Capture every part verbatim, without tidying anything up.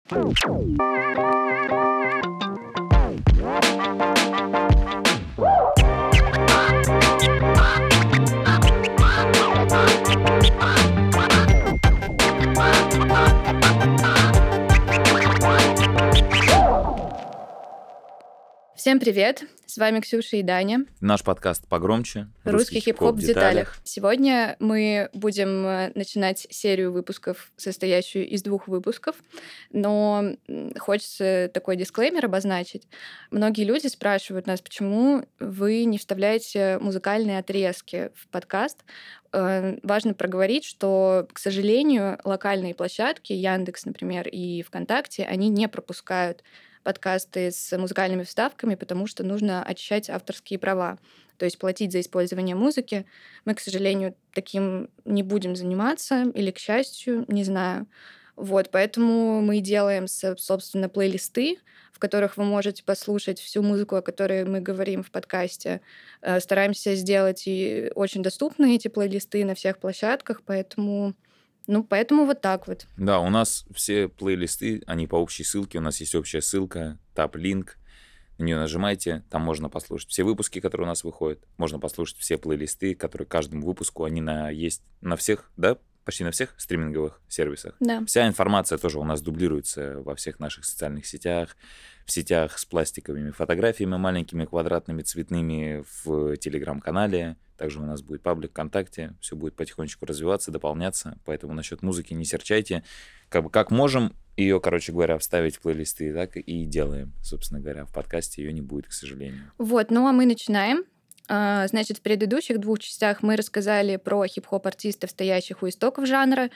Всем привет! С вами Ксюша и Даня. Наш подкаст «Погромче». Русский хип-хоп в деталях. Сегодня мы будем начинать серию выпусков, состоящую из двух выпусков. Но хочется такой дисклеймер обозначить. Многие люди спрашивают нас, почему вы не вставляете музыкальные отрезки в подкаст. Важно проговорить, что, к сожалению, локальные площадки, Яндекс, например, и ВКонтакте, они не пропускают подкасты с музыкальными вставками, потому что нужно очищать авторские права, то есть платить за использование музыки. Мы, к сожалению, таким не будем заниматься, или, к счастью, не знаю. Вот, поэтому мы делаем, собственно, плейлисты, в которых вы можете послушать всю музыку, о которой мы говорим в подкасте. Стараемся сделать и очень доступны эти плейлисты на всех площадках, поэтому... Ну, поэтому вот так вот. Да, у нас все плейлисты, они по общей ссылке. У нас есть общая ссылка, тап-линк. На нее нажимайте, там можно послушать все выпуски, которые у нас выходят. Можно послушать все плейлисты, которые к каждому выпуску, они на, есть на всех, да, почти на всех стриминговых сервисах. Да. Вся информация тоже у нас дублируется во всех наших социальных сетях, в сетях с пластиковыми фотографиями маленькими, квадратными, цветными, в Телеграм-канале. Также у нас будет паблик ВКонтакте. Все будет потихонечку развиваться, дополняться. Поэтому насчет музыки не серчайте. Как бы как можем ее, короче говоря, вставить в плейлисты, так и делаем. Собственно говоря, в подкасте ее не будет, к сожалению. Вот, ну а мы начинаем. Значит, в предыдущих двух частях мы рассказали про хип-хоп-артистов, стоящих у истоков жанра,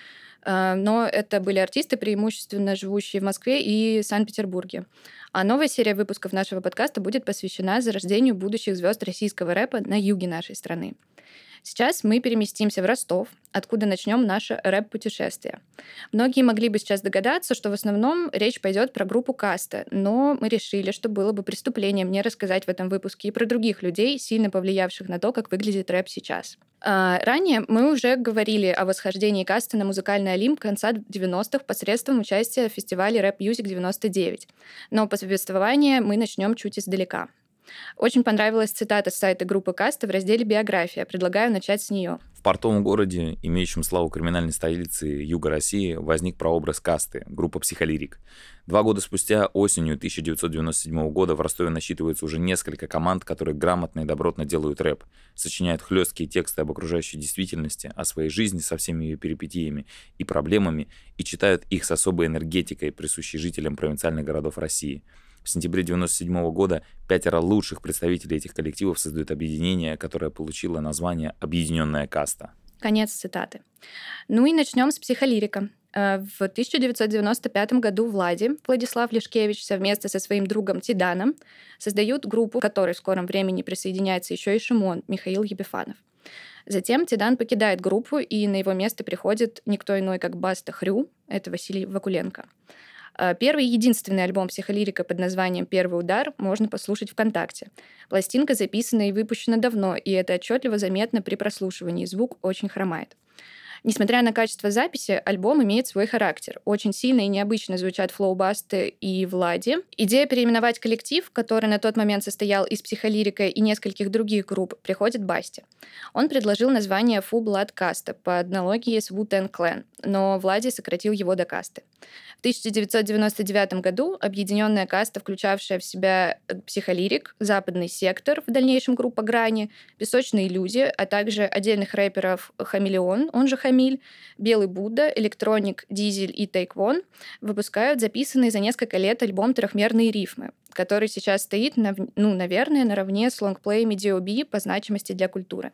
но это были артисты, преимущественно живущие в Москве и Санкт-Петербурге. А новая серия выпусков нашего подкаста будет посвящена зарождению будущих звезд российского рэпа на юге нашей страны. Сейчас мы переместимся в Ростов, откуда начнем наше рэп-путешествие. Многие могли бы сейчас догадаться, что в основном речь пойдет про группу Каста, но мы решили, что было бы преступлением не рассказать в этом выпуске и про других людей, сильно повлиявших на то, как выглядит рэп сейчас. А ранее мы уже говорили о восхождении Каста на музыкальный Олимп конца девяностых посредством участия в фестивале Rap Music девяносто девять. Но повествование мы начнем чуть издалека. Очень понравилась цитата с сайта группы Каста в разделе «Биография». Предлагаю начать с нее. В портовом городе, имеющем славу криминальной столицы Юга России, возник прообраз Касты, группа «Психолирик». Два года спустя, осенью тысяча девятьсот девяносто седьмого года, в Ростове насчитывается уже несколько команд, которые грамотно и добротно делают рэп, сочиняют хлесткие тексты об окружающей действительности, о своей жизни со всеми ее перипетиями и проблемами, и читают их с особой энергетикой, присущей жителям провинциальных городов России. В сентябре девяносто седьмого года пятеро лучших представителей этих коллективов создают объединение, которое получило название «Объединенная каста». Конец цитаты. Ну и начнем с «Психолирика». В тысяча девятьсот девяносто пятом году Влади, Владислав Лешкевич, совместно со своим другом Тиданом создают группу, к которой в скором времени присоединяется еще и Шимон, Михаил Епифанов. Затем Тидан покидает группу, и на его место приходит никто иной, как Баста Хрю, это Василий Вакуленко. Первый и единственный альбом «Психолирика» под названием «Первый удар» можно послушать ВКонтакте. Пластинка записана и выпущена давно, и это отчетливо заметно при прослушивании. Звук очень хромает. Несмотря на качество записи, альбом имеет свой характер. Очень сильно и необычно звучат флоу Басты и Влади. Идея переименовать коллектив, который на тот момент состоял из «Психолирика» и нескольких других групп, приходит Басте. Он предложил название Full Blood Kasta по аналогии с Wu-Tang Clan, но Влади сократил его до Касты. В тысяча девятьсот девяносто девятом году объединенная каста, включавшая в себя «Психолирик», «Западный сектор», в дальнейшем группа «Грани», «Песочные люди», а также отдельных рэперов «Хамелеон», он же «Хамиль», «Белый Будда», «Электроник», «Дизель» и «Тейквон», выпускают записанный за несколько лет альбом «Трехмерные рифмы», который сейчас стоит, на, ну, наверное, наравне с лонгплеями ди о би по значимости для культуры.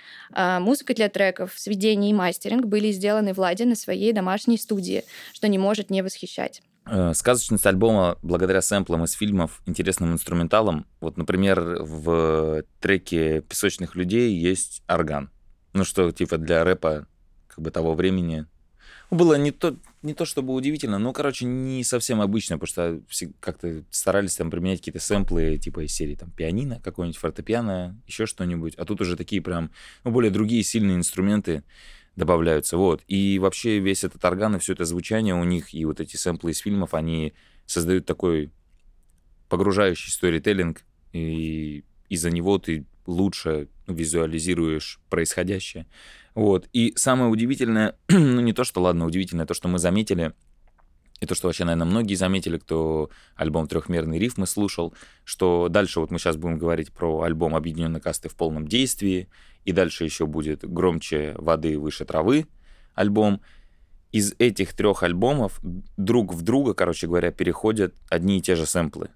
А музыка для треков, сведения и мастеринг были сделаны Влади на своей домашней студии, что не может не восхищать. Сказочность альбома благодаря сэмплам из фильмов, интересным инструменталам. Вот, например, в треке «Песочных людей» есть орган. Ну что, типа для рэпа как бы того времени было не то, не то чтобы удивительно, но, короче, не совсем обычно, потому что как-то старались там применять какие-то сэмплы, типа из серии там пианино, какое-нибудь фортепиано, еще что-нибудь. А тут уже такие прям, ну, более другие сильные инструменты. добавляются, вот. И вообще весь этот орган и все это звучание у них, и вот эти сэмплы из фильмов, они создают такой погружающий сторителлинг, и из-за него ты лучше визуализируешь происходящее. Вот. И самое удивительное, ну не то, что, ладно, удивительное, то, что мы заметили, и то, что вообще, наверное, многие заметили, кто альбом «Трехмерный рифмы» слушал, что дальше вот мы сейчас будем говорить про альбом «Объединенной касты в полном действии», и дальше еще будет «Громче воды, выше травы» альбом. Из этих трех альбомов друг в друга, короче говоря, переходят одни и те же сэмплы.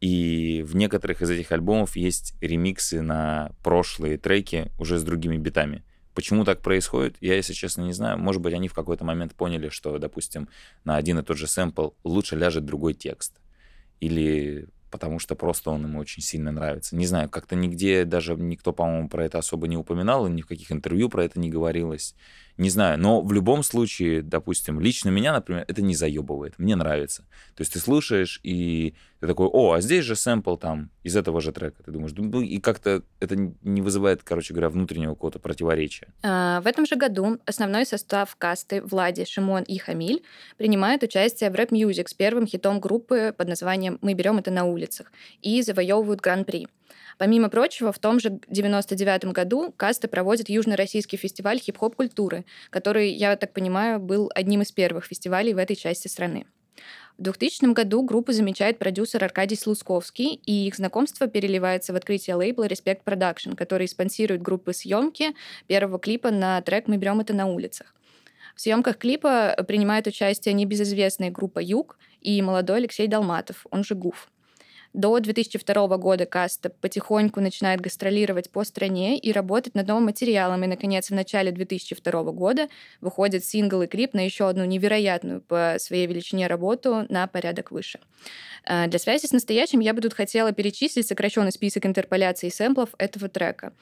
И в некоторых из этих альбомов есть ремиксы на прошлые треки уже с другими битами. Почему так происходит, я, если честно, не знаю. Может быть, они в какой-то момент поняли, что, допустим, на один и тот же сэмпл лучше ляжет другой текст. Или потому что просто он ему очень сильно нравится. Не знаю, как-то нигде даже никто, по-моему, про это особо не упоминал, и ни в каких интервью про это не говорилось. Не знаю, но в любом случае, допустим, лично меня, например, это не заебывает, мне нравится. То есть ты слушаешь, и ты такой, о, а здесь же сэмпл там из этого же трека. Ты думаешь, ну и как-то это не вызывает, короче говоря, внутреннего какого-то противоречия. А, в этом же году основной состав касты Влади, Шимон и Хамиль принимают участие в Rap Music с первым хитом группы под названием «Мы берем это на улицах» и завоевывают гран-при. Помимо прочего, в том же девяносто девятом году каста проводит Южно-Российский фестиваль хип-хоп-культуры, который, я так понимаю, был одним из первых фестивалей в этой части страны. В двухтысячном году группу замечает продюсер Аркадий Слуцковский, и их знакомство переливается в открытие лейбла Respect Production, который спонсирует группы съемки первого клипа на трек «Мы берем это на улицах». В съемках клипа принимает участие небезызвестная группа «Юг» и молодой Алексей Долматов, он же Гуф. До две тысячи второго года каста потихоньку начинает гастролировать по стране и работать над новым материалом. И, наконец, в начале две тысячи второго года выходит сингл и клип на еще одну невероятную по своей величине работу «На порядок выше». Для связи с настоящим я бы тут хотела перечислить сокращенный список интерполяций и сэмплов этого трека.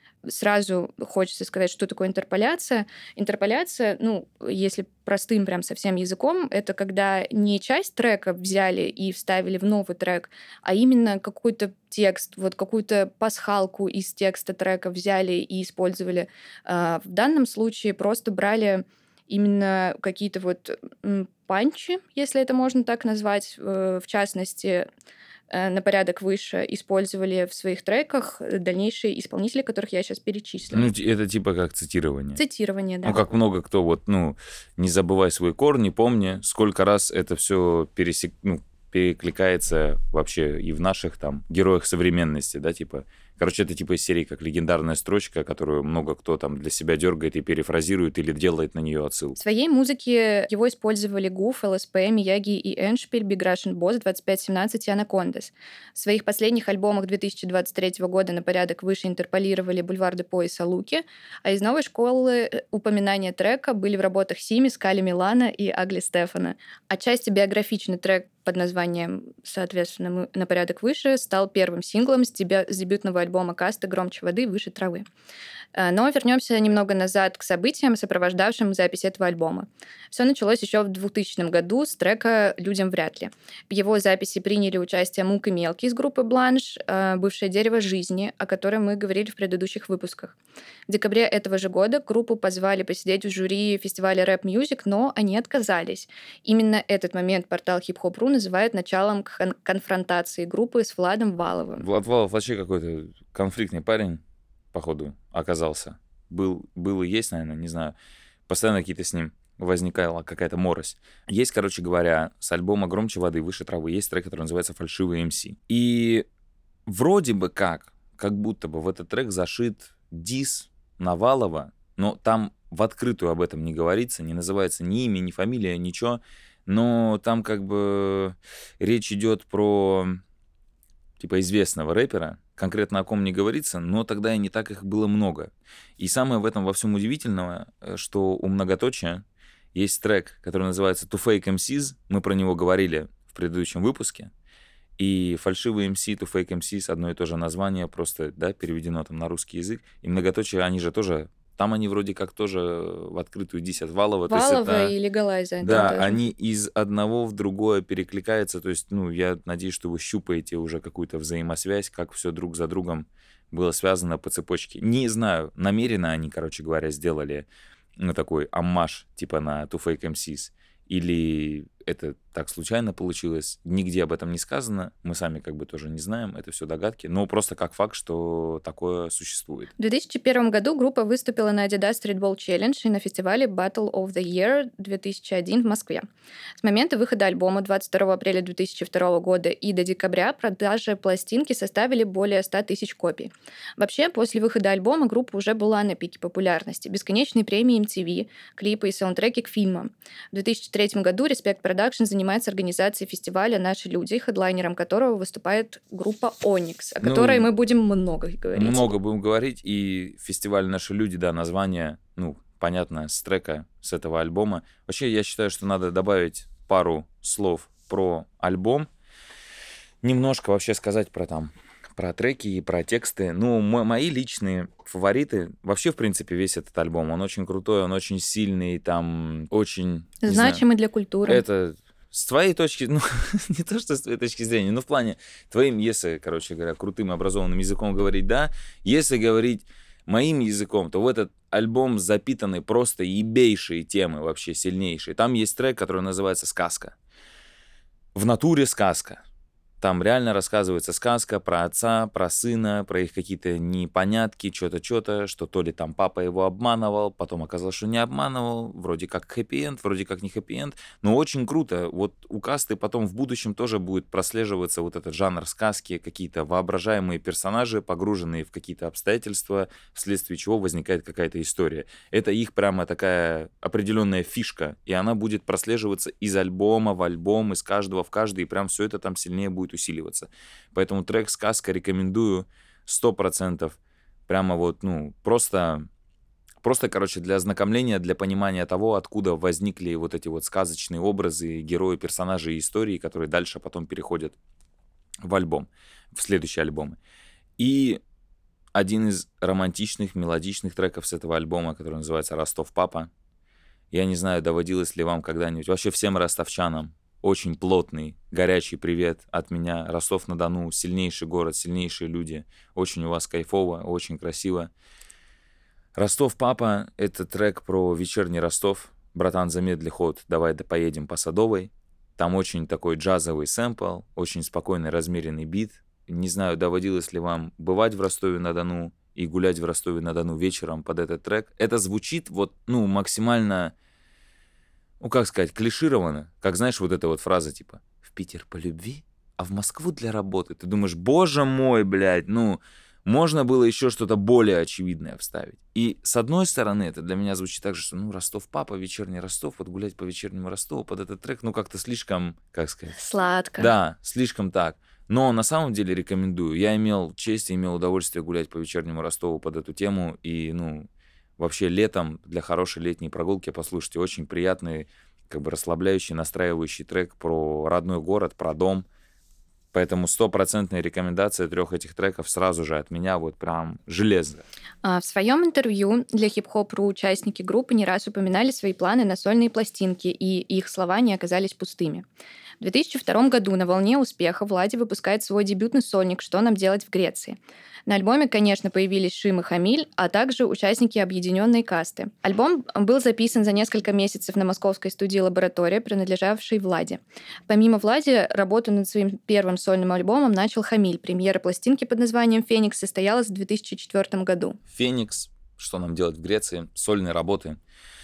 Сразу хочется сказать, что такое интерполяция. Интерполяция, ну, если простым прям совсем языком, это когда не часть трека взяли и вставили в новый трек, а именно какой-то текст, вот какую-то пасхалку из текста трека взяли и использовали. В данном случае просто брали именно какие-то вот панчи, если это можно так назвать, в частности, на порядок выше использовали в своих треках дальнейшие исполнители, которых я сейчас перечислю. Ну, это типа как цитирование. Цитирование, да. Ну, как много кто вот, ну, не забывай свой корни, помни, сколько раз это все пересек... ну, перекликается вообще и в наших там героях современности, да, типа. Короче, это типа из серии как легендарная строчка, которую много кто там для себя дергает и перефразирует или делает на нее отсылку. В своей музыке его использовали Гуф, ЛСП, Мияги и Эншпиль, Big Russian Boss, двадцать пять семнадцать и Анакондас. В своих последних альбомах две тысячи двадцать третьего года на порядок выше интерполировали Бульвар Депо и Салуки, а из новой школы упоминания трека были в работах Сими, Скали Милана и Агли Стефана. Отчасти биографичный трек под названием, соответственно, «На порядок выше» стал первым синглом с, дебю- с дебютного альбома касты «Громче воды, выше травы». Но вернемся немного назад к событиям, сопровождавшим запись этого альбома. Все началось еще в двухтысячном году с трека «Людям вряд ли». В его записи приняли участие Мук и Мелкий из группы «Бланш», бывшее «Дерево жизни», о котором мы говорили в предыдущих выпусках. В декабре этого же года группу позвали посидеть в жюри фестиваля Rap Music, но они отказались. Именно этот момент портал Hip-Hop точка ру называет началом кон- конфронтации группы с Владом Валовым. Влад Валов вообще какой-то конфликтный парень, походу, оказался. Был, был и есть, наверное, не знаю. Постоянно какие-то с ним возникала какая-то морось. Есть, короче говоря, с альбома «Громче воды, выше травы» есть трек, который называется «Фальшивый эм си». И вроде бы как, как будто бы в этот трек зашит дис на Валова, но там в открытую об этом не говорится, не называется ни имя, ни фамилия, ничего. Но там как бы речь идет про типа известного рэпера, конкретно о ком не говорится, но тогда и не так их было много. И самое в этом во всем удивительного, что у Многоточия есть трек, который называется «To Fake эм сис», мы про него говорили в предыдущем выпуске, и «Фальшивый эм си», «To Fake эм сис» одно и то же название, просто, да, переведено там на русский язык, и Многоточие, они же тоже... Там они вроде как тоже в открытую дисят Валова. Валова то есть это, и Легалайза. да, они из одного в другое перекликаются. То есть, ну, я надеюсь, что вы щупаете уже какую-то взаимосвязь, как все друг за другом было связано по цепочке. Не знаю, намеренно они, короче говоря, сделали ну, такой оммаж, типа на Two Fake эм сис, или это так случайно получилось, нигде об этом не сказано, мы сами как бы тоже не знаем, это все догадки, но просто как факт, что такое существует. В две тысячи первом году группа выступила на Adidas Streetball Challenge и на фестивале Battle of the Year две тысячи один в Москве. С момента выхода альбома двадцать второго апреля две тысячи второго года и до декабря продажи пластинки составили более ста тысяч копий. Вообще, после выхода альбома группа уже была на пике популярности. Бесконечные премии эм ти ви, клипы и саундтреки к фильмам. В две тысячи третьем году Respect Production занимается организацией фестиваля «Наши люди», хедлайнером которого выступает группа Onyx, о которой ну, мы будем много говорить. Много будем говорить, и фестиваль «Наши люди», да, название, ну, понятно, с трека, с этого альбома. Вообще, я считаю, что надо добавить пару слов про альбом, немножко вообще сказать про там, про треки и про тексты. Ну, мои личные фавориты, вообще, в принципе, весь этот альбом, он очень крутой, он очень сильный, там, очень... Значимый для культуры. Это... С твоей точки, ну, не то, что с твоей точки зрения, но в плане твоим, если, короче говоря, крутым образованным языком говорить, да, если говорить моим языком, то в этот альбом запитаны просто ебейшие темы, вообще сильнейшие. Там есть трек, который называется «Сказка». В натуре сказка. Там реально рассказывается сказка про отца, про сына, про их какие-то непонятки, что-то, что-то, что то ли там папа его обманывал, потом оказалось, что не обманывал, вроде как хэппи-энд, вроде как не хэппи-энд, но очень круто. Вот у касты потом в будущем тоже будет прослеживаться вот этот жанр сказки, какие-то воображаемые персонажи, погруженные в какие-то обстоятельства, вследствие чего возникает какая-то история. Это их прямо такая определенная фишка, и она будет прослеживаться из альбома в альбом, из каждого в каждый, и прям все это там сильнее будет усиливаться. Поэтому трек «Сказка» рекомендую сто процентов. Прямо вот, ну, просто, просто, короче, для ознакомления, для понимания того, откуда возникли вот эти вот сказочные образы, герои, персонажи и истории, которые дальше потом переходят в альбом, в следующие альбомы. И один из романтичных, мелодичных треков с этого альбома, который называется «Ростов, папа». Я не знаю, доводилось ли вам когда-нибудь, вообще всем ростовчанам, очень плотный, горячий привет от меня. Ростов-на-Дону, сильнейший город, сильнейшие люди. Очень у вас кайфово, очень красиво. «Ростов, папа» — это трек про вечерний Ростов. «Братан, замедли ход, давай да поедем по Садовой». Там очень такой джазовый сэмпл, очень спокойный, размеренный бит. Не знаю, доводилось ли вам бывать в Ростове-на-Дону и гулять в Ростове-на-Дону вечером под этот трек. Это звучит вот, ну, максимально... Ну, как сказать, клишированно. Как, знаешь, вот эта вот фраза, типа, «В Питер по любви, а в Москву для работы». Ты думаешь, боже мой, блядь, ну, можно было еще что-то более очевидное вставить. И, с одной стороны, это для меня звучит так же, что, ну, Ростов, папа, вечерний Ростов, вот гулять по вечернему Ростову под этот трек, ну, как-то слишком, как сказать... Сладко. Да, слишком так. Но на самом деле рекомендую. Я имел честь и имел удовольствие гулять по вечернему Ростову под эту тему, и, ну... Вообще летом для хорошей летней прогулки послушайте очень приятный, как бы расслабляющий, настраивающий трек про родной город, про дом. Поэтому стопроцентная рекомендация трех этих треков сразу же от меня вот прям железно. В своем интервью для хип-хоп.ру участники группы не раз упоминали свои планы на сольные пластинки, и их слова не оказались пустыми. В две тысячи втором году на волне успеха Влади выпускает свой дебютный сольник «Что нам делать в Греции?». На альбоме, конечно, появились Шим и Хамиль, а также участники объединенной касты. Альбом был записан за несколько месяцев на московской студии «Лаборатория», принадлежавшей Влади. Помимо Влади, работу над своим первым сольным альбомом начал Хамиль. Премьера пластинки под названием «Феникс» состоялась в две тысячи четвёртом году. «Феникс», «Что нам делать в Греции?», сольные работы.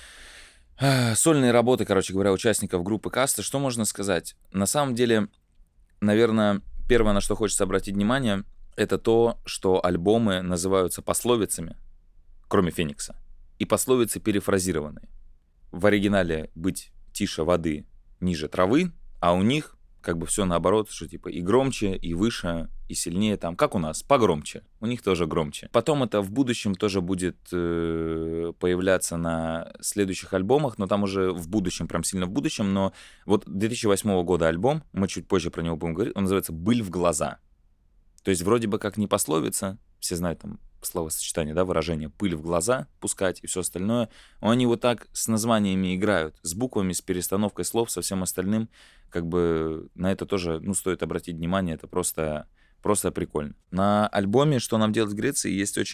Сольные работы, короче говоря, участников группы «Каста». Что можно сказать? На самом деле, наверное, первое, на что хочется обратить внимание, это то, что альбомы называются пословицами, кроме «Феникса». И пословицы перефразированы. В оригинале «быть тише воды, ниже травы», а у них как бы все наоборот, что типа и громче, и выше, и сильнее там, как у нас, погромче. У них тоже громче. Потом это в будущем тоже будет э, появляться на следующих альбомах, но там уже в будущем, прям сильно в будущем. Но вот две тысячи восьмого года альбом, мы чуть позже про него будем говорить, он называется «Быль в глаза». То есть вроде бы как не пословица, все знают там словосочетание, да, выражение «пыль в глаза» пускать и все остальное. Они вот так с названиями играют, с буквами, с перестановкой слов, со всем остальным. Как бы на это тоже, ну, стоит обратить внимание, это просто, просто прикольно. На альбоме «Что нам делать в Греции» есть очень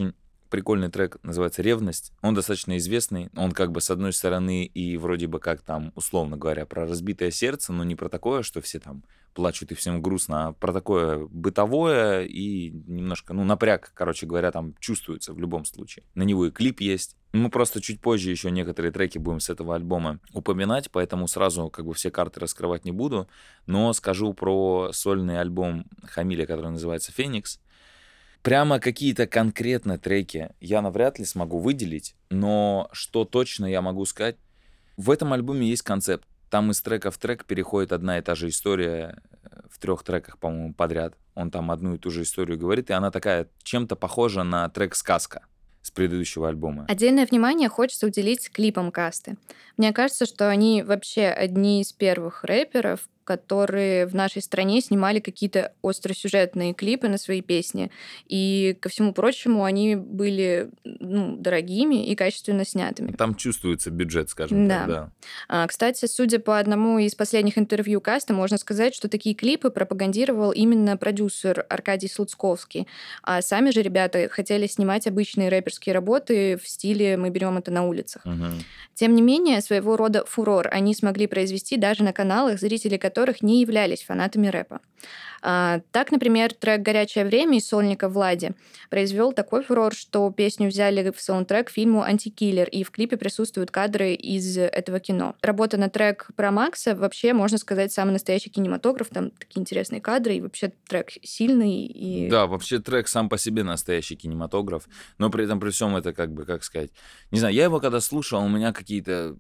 Прикольный трек, называется «Ревность». Он достаточно известный. Он как бы с одной стороны и вроде бы как там, условно говоря, про разбитое сердце, но не про такое, что все там плачут и всем грустно, а про такое бытовое и немножко, ну, напряг, короче говоря, там чувствуется в любом случае. На него и клип есть. Мы просто чуть позже еще некоторые треки будем с этого альбома упоминать, поэтому сразу как бы все карты раскрывать не буду, но скажу про сольный альбом Хамиля, который называется «Феникс». Прямо какие-то конкретно треки я навряд ли смогу выделить, но что точно я могу сказать, в этом альбоме есть концепт. Там из трека в трек переходит одна и та же история в трех треках, по-моему, подряд. Он там одну и ту же историю говорит, и она такая чем-то похожа на трек «Сказка» с предыдущего альбома. Отдельное внимание хочется уделить клипам Касты. Мне кажется, что они вообще одни из первых рэперов, которые в нашей стране снимали какие-то остросюжетные клипы на свои песни. И, ко всему прочему, они были ну, дорогими и качественно снятыми. Там чувствуется бюджет, скажем Да. так, да. А, Кстати, судя по одному из последних интервью Касты, можно сказать, что такие клипы пропагандировал именно продюсер Аркадий Слуцковский. А сами же ребята хотели снимать обычные рэперские работы в стиле «Мы берем это на улицах». Мгм. Тем не менее, своего рода фурор они смогли произвести даже на каналах, зрители которых не являлись фанатами рэпа. А, так, например, трек «Горячее время» из сольника Влади произвел такой фурор, что песню взяли в саундтрек к фильму «Антикиллер», и в клипе присутствуют кадры из этого кино. Работа на трек про Макса вообще, можно сказать, самый настоящий кинематограф. Там такие интересные кадры, и вообще трек сильный. И... Да, вообще трек сам по себе настоящий кинематограф, но при этом при всем это как бы, как сказать, не знаю, я его когда слушал, у меня какие-то,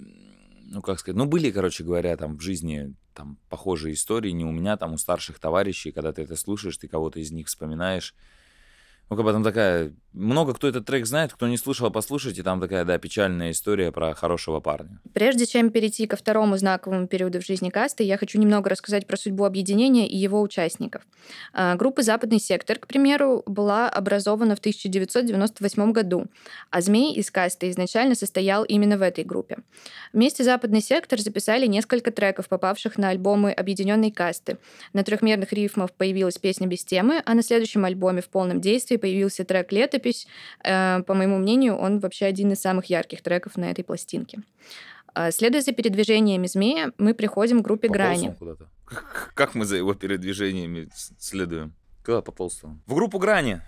ну как сказать, ну были, короче говоря, там в жизни там похожие истории, не у меня, там у старших товарищей, когда ты это слушаешь, ты кого-то из них вспоминаешь. Ну, как бы там такая... Много кто этот трек знает, кто не слушал, послушайте. Там такая, да, печальная история про хорошего парня. Прежде чем перейти ко второму знаковому периоду в жизни Касты, я хочу немного рассказать про судьбу объединения и его участников. А, Группа «Западный сектор», к примеру, была образована в тысяча девятьсот девяносто восьмом году, а Змей из Касты изначально состоял именно в этой группе. Вместе «Западный сектор» записали несколько треков, попавших на альбомы объединенной Касты. На трехмерных рифмах появилась песня «Без темы», а на следующем альбоме «В полном действии» появился трек «Летопись». Э, По моему мнению, он вообще один из самых ярких треков на этой пластинке. А, Следуя за передвижениями Змея, мы приходим к группе Пополз «Грани». он куда-то. Как мы за его передвижениями с- следуем? Куда пополз он? В группу «Грани».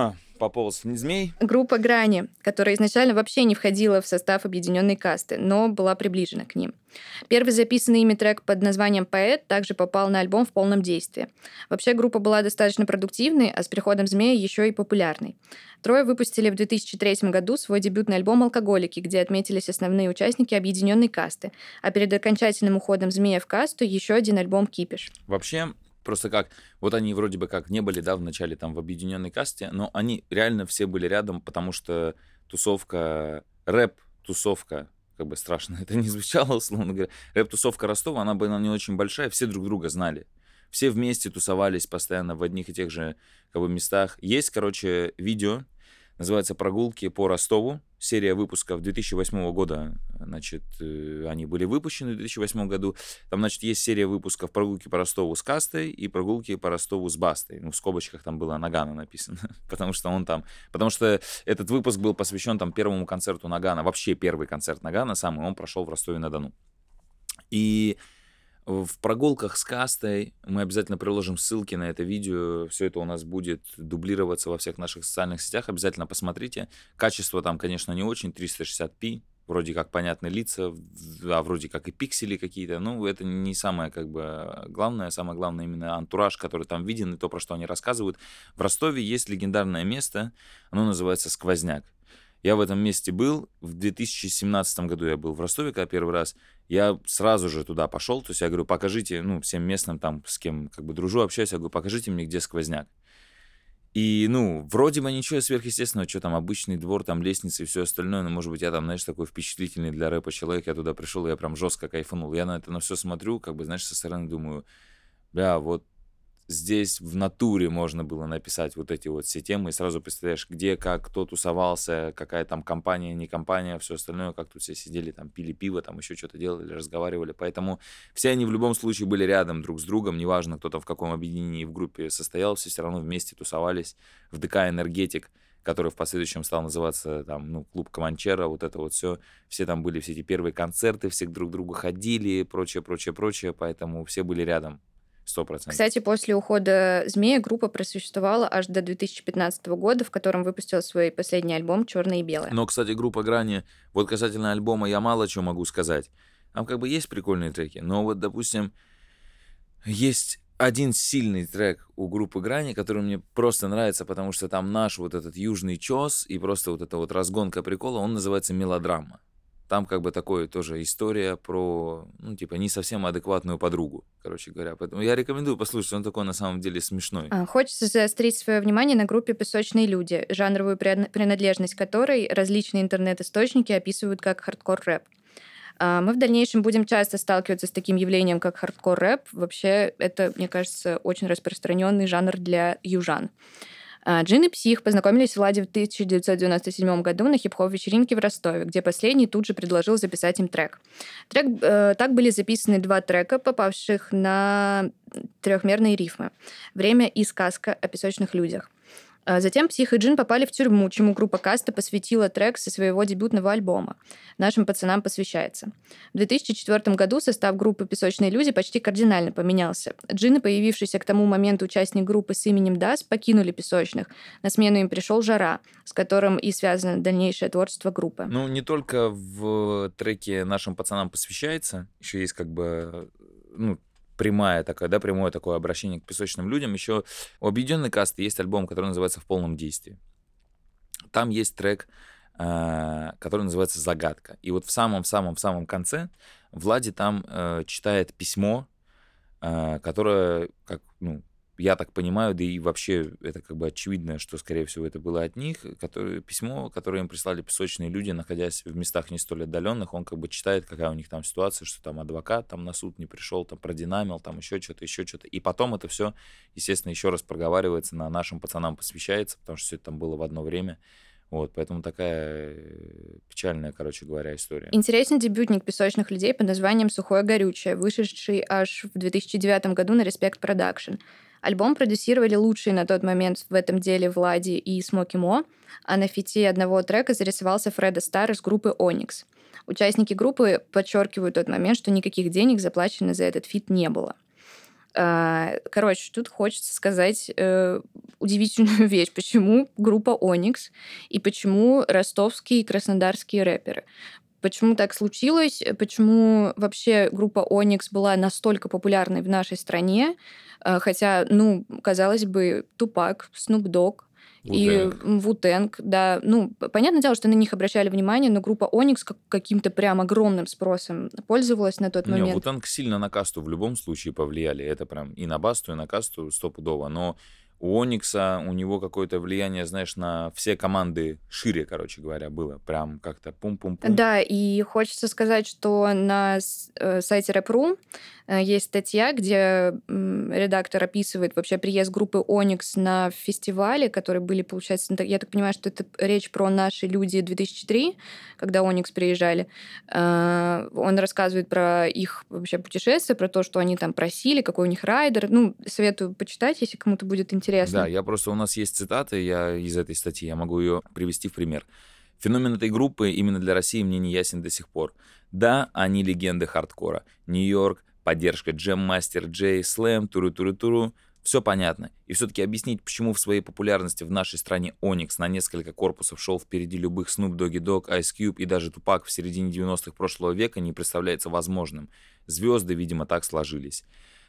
Пополз не змей. Группа «Грани», которая изначально вообще не входила в состав объединенной касты, но была приближена к ним. Первый записанный ими трек под названием «Поэт» также попал на альбом «В полном действии». Вообще группа была достаточно продуктивной, а с приходом Змея еще и популярной. Трое выпустили в две тысячи третьем году свой дебютный альбом «Алкоголики», где отметились основные участники объединенной касты, а перед окончательным уходом Змея в касту еще один альбом «Кипиш». Вообще, просто как, вот они вроде бы как не были, да, в начале там в объединенной касте, но они реально все были рядом, потому что тусовка, рэп-тусовка, как бы страшно это не звучало, условно говоря, рэп-тусовка Ростова, она была не очень большая, все друг друга знали. Все вместе тусовались постоянно в одних и тех же как бы, местах. Есть, короче, видео, называется «Прогулки по Ростову». Серия выпусков две тысячи восьмого года, значит, э, они были выпущены в две тысячи восьмом году. Там, значит, есть серия выпусков «Прогулки по Ростову» с Кастой и «Прогулки по Ростову» с Бастой. Ну, в скобочках там было Нагана написано, потому что он там... Потому что этот выпуск был посвящен там первому концерту Нагана. Вообще первый концерт Нагана самый, он прошел в Ростове-на-Дону. И в прогулках с Кастой мы обязательно приложим ссылки на это видео. Все это у нас будет дублироваться во всех наших социальных сетях. Обязательно посмотрите. Качество там, конечно, не очень. триста шестьдесят пи. Вроде как понятные лица, а вроде как и пиксели какие-то. Ну, это не самое как бы главное. Самое главное именно антураж, который там виден, и то, про что они рассказывают. В Ростове есть легендарное место. Оно называется «Сквозняк». Я в этом месте был. В две тысячи семнадцатом году я был в Ростове, когда первый раз. Я сразу же туда пошел. То есть я говорю, покажите, ну, всем местным там, с кем как бы дружу, общаюсь. Я говорю, покажите мне, где сквозняк. И, ну, вроде бы ничего сверхъестественного, что там, обычный двор, там лестницы и все остальное. Но, может быть, я там, знаешь, такой впечатлительный для рэпа человек. Я туда пришел, и я прям жестко кайфанул. Я на это на все смотрю, как бы, знаешь, со стороны думаю, бля, вот здесь в натуре можно было написать вот эти вот все темы, и сразу представляешь, где, как, кто тусовался, какая там компания, не компания, все остальное, как тут все сидели, там пили пиво, там еще что-то делали, разговаривали. Поэтому все они в любом случае были рядом друг с другом, неважно, кто там в каком объединении в группе состоял, все все равно вместе тусовались в ДК «Энергетик». который в последующем стал называться там, ну, клуб Команчера, вот это вот все. Все там были, все эти первые концерты, все друг к другу ходили, прочее, прочее, прочее, поэтому все были рядом. Сто процентов. Кстати, после ухода Змея группа просуществовала аж до две тысячи пятнадцатого года, в котором выпустила свой последний альбом «Черное и белое». Но, кстати, группа Грани, вот касательно альбома я мало чего могу сказать. Там как бы есть прикольные треки, но вот, допустим, есть один сильный трек у группы Грани, который мне просто нравится, потому что там наш вот этот южный чёс и просто вот эта вот разгонка прикола, он называется «Мелодрама». Там как бы такое тоже история про, ну, типа, не совсем адекватную подругу, короче говоря. Поэтому я рекомендую послушать, он такой на самом деле смешной. А, Хочется заострить свое внимание на группе «Песочные люди», жанровую пред- принадлежность которой различные интернет-источники описывают как хардкор-рэп. А, Мы в дальнейшем будем часто сталкиваться с таким явлением, как хардкор-рэп. Вообще, это, мне кажется, очень распространенный жанр для южан. А, Джин и Псих познакомились в Владе в тысяча девятьсот девяносто седьмом году на хип-хоп-вечеринке в Ростове, где последний тут же предложил записать им трек. трек э, так были записаны два трека, попавших на трехмерные рифмы «Время» и «Сказка о песочных людях». А Затем Псих и Джин попали в тюрьму, чему группа Каста посвятила трек со своего дебютного альбома «Нашим пацанам посвящается». В две тысячи четвёртом году состав группы «Песочные люди» почти кардинально поменялся. Джин и появившийся к тому моменту участник группы с именем Дас покинули «Песочных». На смену им пришел Жара, с которым и связано дальнейшее творчество группы. Ну, не только в треке «Нашим пацанам посвящается», еще есть как бы, ну, прямая такая, да, прямое такое обращение к песочным людям. Еще у Объединенной Касты есть альбом, который называется «В полном действии». Там есть трек, э, который называется «Загадка». И вот в самом-самом-самом конце Влади там э, читает письмо, э, которое, как, ну, я так понимаю, да и вообще это как бы очевидно, что, скорее всего, это было от них, которое, письмо, которое им прислали песочные люди, находясь в местах не столь отдаленных, он как бы читает, какая у них там ситуация, что там адвокат там на суд не пришел, там продинамил, там еще что-то, еще что-то. И потом это все, естественно, еще раз проговаривается, на «Нашим пацанам посвящается», потому что все это там было в одно время. Вот, поэтому такая э, печальная, короче говоря, история. Интересен дебютник песочных людей под названием «Сухое горючее», вышедший аж в две тысячи девятом году на Respect Production. Альбом продюсировали лучшие на тот момент в этом деле Влади и Смоки Мо, а на фите одного трека зарисовался Фредо Стар из группы Onyx. Участники группы подчеркивают тот момент, что никаких денег заплачено за этот фит не было. А, Короче, тут хочется сказать э, удивительную вещь. Почему группа Onyx и почему ростовские и краснодарские рэперы? Почему так случилось? Почему вообще группа Onyx была настолько популярной в нашей стране? Э, Хотя, ну, казалось бы, Тупак, Снуп Дог и Wu-Tang. Вутенг, да. Ну, п- понятное дело, что на них обращали внимание, но группа Onyx как- каким-то прям огромным спросом пользовалась на тот Не, момент. Wu-Tang сильно на Касту в любом случае повлияли. Это прям и на Басту, и на Касту стопудово. Но у Оникса, у него какое-то влияние, знаешь, на все команды шире, короче говоря, было. Прям как-то пум-пум-пум. Да, и хочется сказать, что на с- э, сайте Рэп.ру э, есть статья, где м, редактор описывает вообще приезд группы Onyx на фестивале, которые были, получается, на та- я так понимаю, что это речь про «Наши люди» две тысячи три, когда Onyx приезжали. Э, Он рассказывает про их вообще путешествие, про то, что они там просили, какой у них райдер. Ну, советую почитать, если кому-то будет интересно. Да, я просто, у нас есть цитаты, я из этой статьи, я могу ее привести в пример. Феномен этой группы именно для России мне не ясен до сих пор. Да, они легенды хардкора. Нью-Йорк, поддержка Джем Мастер, Джей, Слэм, туру-туру-туру. Все понятно. И все-таки объяснить, почему в своей популярности в нашей стране Onyx на несколько корпусов шел впереди любых Snoop Doggy Dogg, Ice Cube и даже Tupac в середине девяностых прошлого века, не представляется возможным. Звезды, видимо, так сложились.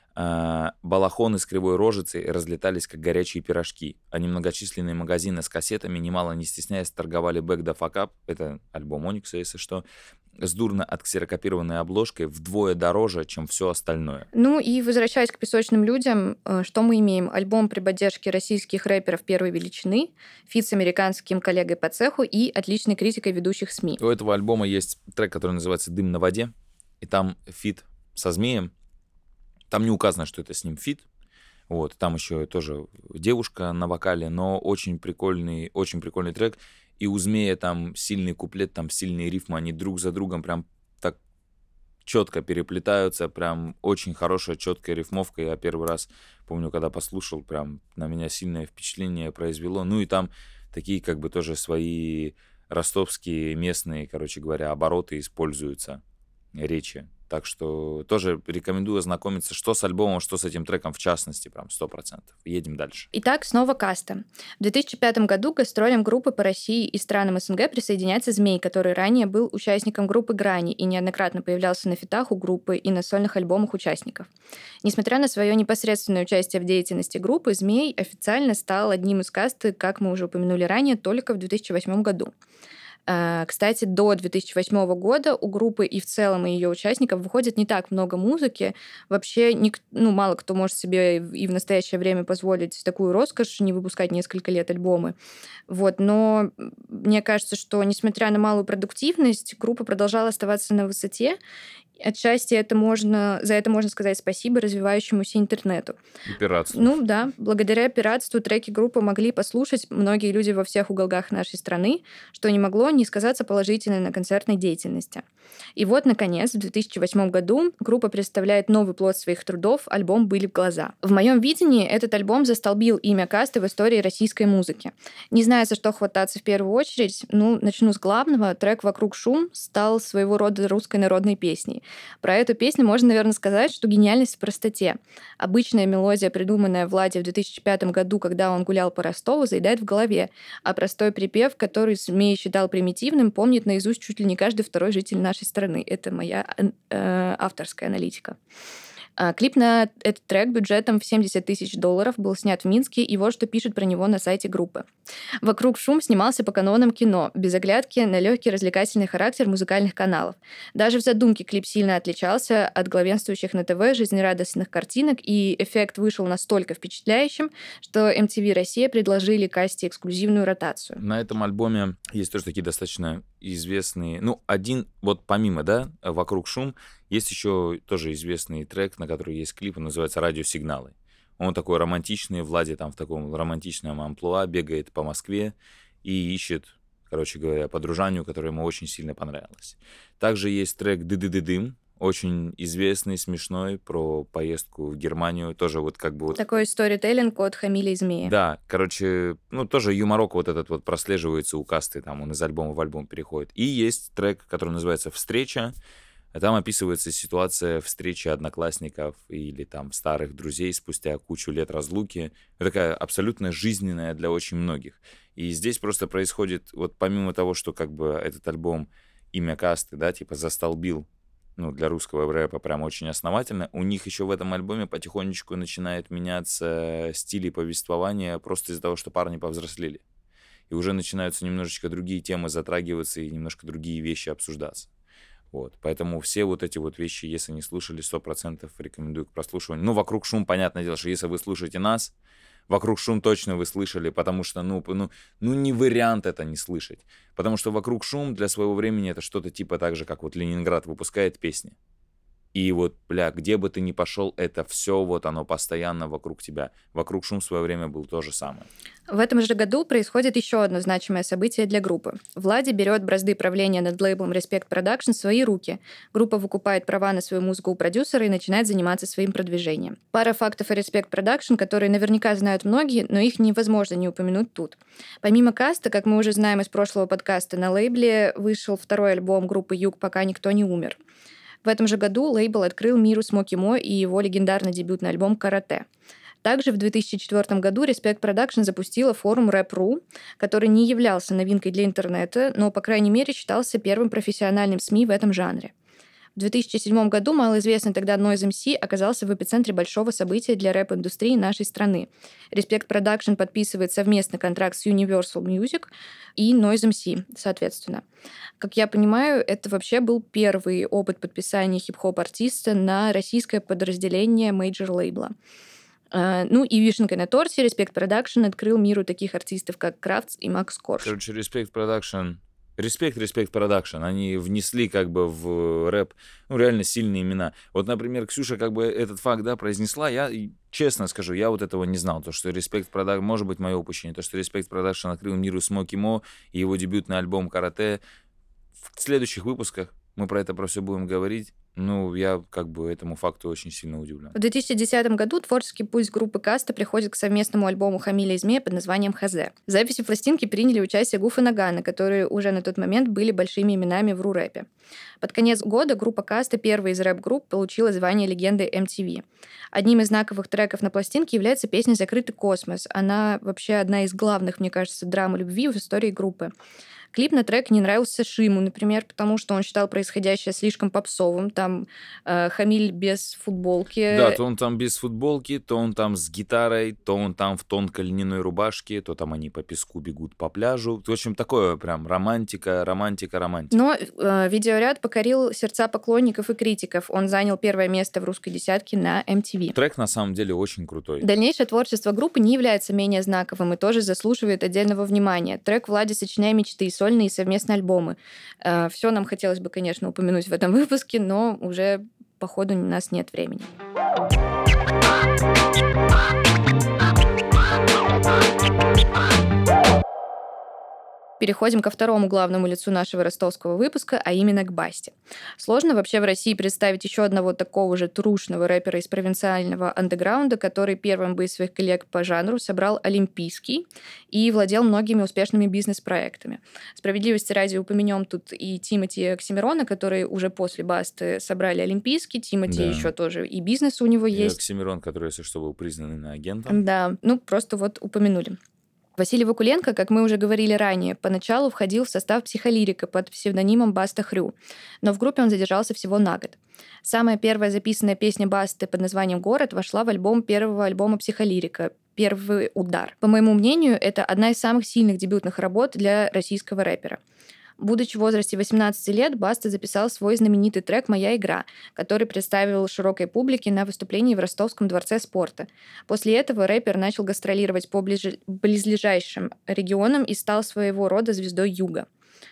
А, балахоны с кривой рожицей разлетались, как горячие пирожки, а немногочисленные магазины с кассетами, немало не стесняясь, торговали Back the Fuck Up, это альбом Оникса, если что, с дурно отксерокопированной обложкой вдвое дороже, чем все остальное. Ну и возвращаясь к песочным людям, э, что мы имеем? Альбом при поддержке российских рэперов первой величины, фит с американским коллегой по цеху и отличной критикой ведущих СМИ. У этого альбома есть трек, который называется «Дым на воде», и там фит со Змеем. Там не указано, что это с ним фит. Вот, там еще тоже девушка на вокале, но очень прикольный, очень прикольный трек. И у Змея там сильный куплет, там сильные рифмы, они друг за другом прям так четко переплетаются, прям очень хорошая, четкая рифмовка. Я первый раз, помню, когда послушал, прям на меня сильное впечатление произвело. Ну и там такие как бы тоже свои ростовские местные, короче говоря, обороты используются, речи. Так что тоже рекомендую ознакомиться, что с альбомом, что с этим треком, в частности, прям сто процентов. Едем дальше. Итак, снова каста. В две тысячи пятом году к гастролям группы по России и странам СНГ присоединяется «Змей», который ранее был участником группы «Грани» и неоднократно появлялся на фитах у группы и на сольных альбомах участников. Несмотря на свое непосредственное участие в деятельности группы, «Змей» официально стал одним из касты, как мы уже упомянули ранее, только в две тысячи восьмом году. Кстати, до две тысячи восьмого года у группы и в целом и ее участников выходит не так много музыки. Вообще ник- ну, мало кто может себе и в настоящее время позволить такую роскошь, не выпускать несколько лет альбомы. Вот. Но мне кажется, что несмотря на малую продуктивность, группа продолжала оставаться на высоте. Отчасти это можно, за это можно сказать спасибо развивающемуся интернету. И пиратству. Ну да, благодаря пиратству треки группы могли послушать многие люди во всех уголках нашей страны, что не могло не сказаться положительно на концертной деятельности. И вот, наконец, в две тысячи восьмом году группа представляет новый плод своих трудов, альбом «Были в глаза». В моем видении этот альбом застолбил имя касты в истории российской музыки. Не знаю, за что хвататься в первую очередь, ну, начну с главного. Трек «Вокруг шум» стал своего рода русской народной песней. Про эту песню можно, наверное, сказать, что гениальность в простоте. Обычная мелодия, придуманная Влади в две тысячи пятом году, когда он гулял по Ростову, заедает в голове, а простой припев, который Змей считал примитивным, помнит наизусть чуть ли не каждый второй житель нашей страны. Это моя э, авторская аналитика. Клип на этот трек бюджетом в семьдесят тысяч долларов был снят в Минске, и вот что пишет про него на сайте группы. «Вокруг шум» снимался по канонам кино, без оглядки на легкий развлекательный характер музыкальных каналов. Даже в задумке клип сильно отличался от главенствующих на ТВ жизнерадостных картинок, и эффект вышел настолько впечатляющим, что эм ти ви Россия предложили касте эксклюзивную ротацию. На этом альбоме есть тоже такие достаточно известные... Ну, один, вот помимо, да, «Вокруг шум», есть еще тоже известный трек, на который есть клип, он называется «Радиосигналы». Он такой романтичный, Влади там в таком романтичном амплуа бегает по Москве и ищет, короче говоря, подружанию, которая ему очень сильно понравилась. Также есть трек «Ды-ды-ды-дым», очень известный, смешной, про поездку в Германию. Тоже вот как бы вот... Такой сторителлинг от Хамиля и Змея. Да, короче, ну тоже юморок вот этот вот прослеживается у касты, там он из альбома в альбом переходит. И есть трек, который называется «Встреча». Там описывается ситуация встречи одноклассников или там старых друзей спустя кучу лет разлуки. Это такая абсолютно жизненная для очень многих. И здесь просто происходит, вот помимо того, что как бы этот альбом имя касты, да, типа застолбил, ну, для русского рэпа прям очень основательно, у них еще в этом альбоме потихонечку начинает меняться стиль повествования просто из-за того, что парни повзрослели. И уже начинаются немножечко другие темы затрагиваться и немножко другие вещи обсуждаться. Вот, поэтому все вот эти вот вещи, если не слушали, сто процентов рекомендую к прослушиванию. Ну, «Вокруг шум», понятное дело, что если вы слушаете нас, «Вокруг шум» точно вы слышали, потому что, ну, ну, ну, не вариант это не слышать. Потому что «Вокруг шум» для своего времени это что-то типа так же, как вот Ленинград выпускает песни. И вот, бля, где бы ты ни пошел, это все вот оно постоянно вокруг тебя. «Вокруг шум» в свое время был то же самое. В этом же году происходит еще одно значимое событие для группы. Влади берет бразды правления над лейблом Respect Production в свои руки. Группа выкупает права на свою музыку у продюсера и начинает заниматься своим продвижением. Пара фактов о Respect Production, которые наверняка знают многие, но их невозможно не упомянуть тут. Помимо каста, как мы уже знаем из прошлого подкаста, на лейбле вышел второй альбом группы «Юг. Пока никто не умер». В этом же году лейбл открыл миру Смоки Мо и его легендарный дебютный альбом «Карате». Также в две тысячи четвёртом году Respect Production запустила форум рэп точка ру, который не являлся новинкой для интернета, но, по крайней мере, считался первым профессиональным СМИ в этом жанре. В две тысячи седьмом году малоизвестный тогда Noise эм си оказался в эпицентре большого события для рэп-индустрии нашей страны. Respect Production подписывает совместный контракт с Universal Music и Noise эм си, соответственно. Как я понимаю, это вообще был первый опыт подписания хип-хоп-артиста на российское подразделение мейджор-лейбла. Uh, ну и вишенкой на торте Respect Production открыл миру таких артистов, как Крафтс и Макс Корж. Короче, Respect Production... Респект, Респект Продакшн. Они внесли как бы в рэп, ну, реально сильные имена. Вот, например, Ксюша как бы этот факт, да, произнесла. Я, честно скажу, я вот этого не знал. То, что Респект Продакшн, может быть, мое упущение. То, что Респект Продакшн открыл миру Смоки Мо и его дебютный альбом «Карате». В следующих выпусках мы про это про все будем говорить. Ну, я как бы этому факту очень сильно удивлен. В две тысячи десятом году творческий путь группы Каста приходит к совместному альбому «Хамиля и Змея» под названием «Хазе». В записи пластинки приняли участие Гуф и Нагано, которые уже на тот момент были большими именами в ру-рэпе. Под конец года группа Каста, первая из рэп-групп, получила звание легенды эм ти ви. Одним из знаковых треков на пластинке является песня «Закрытый космос». Она вообще одна из главных, мне кажется, драм любви в истории группы. Клип на трек не нравился Шиму, например, потому что он считал происходящее слишком попсовым. Там э, Хамиль без футболки. Да, то он там без футболки, то он там с гитарой, то он там в тонкой льняной рубашке, то там они по песку бегут по пляжу. В общем, такое прям романтика, романтика, романтика. Но э, видеоряд покорил сердца поклонников и критиков. Он занял первое место в русской десятке на эм ти ви. Трек на самом деле очень крутой. Дальнейшее творчество группы не является менее знаковым и тоже заслуживает отдельного внимания. Трек Влади «Сочиняй мечты», сольные и совместные альбомы. Э, все нам хотелось бы, конечно, упомянуть в этом выпуске, но уже, походу, у нас нет времени. Переходим ко второму главному лицу нашего ростовского выпуска, а именно к Басте. Сложно вообще в России представить еще одного такого же трушного рэпера из провинциального андеграунда, который первым бы из своих коллег по жанру собрал Олимпийский и владел многими успешными бизнес-проектами. Справедливости ради упомянем тут и Тимати Оксимирона, которые уже после Басты собрали Олимпийский. Тимати Да. еще тоже и бизнес у него И есть. Оксимирон, который, если что, был признан иноагентом. Да, ну просто вот упомянули. Василий Вакуленко, как мы уже говорили ранее, поначалу входил в состав «Психолирика» под псевдонимом Баста Хрю, но в группе он задержался всего на год. Самая первая записанная песня Басты под названием «Город» вошла в альбом первого альбома «Психолирика» «Первый удар». По моему мнению, это одна из самых сильных дебютных работ для российского рэпера. Будучи в возрасте восемнадцати лет, Баста записал свой знаменитый трек «Моя игра», который представил широкой публике на выступлении в Ростовском дворце спорта. После этого рэпер начал гастролировать по ближ... близлежащим регионам и стал своего рода звездой Юга.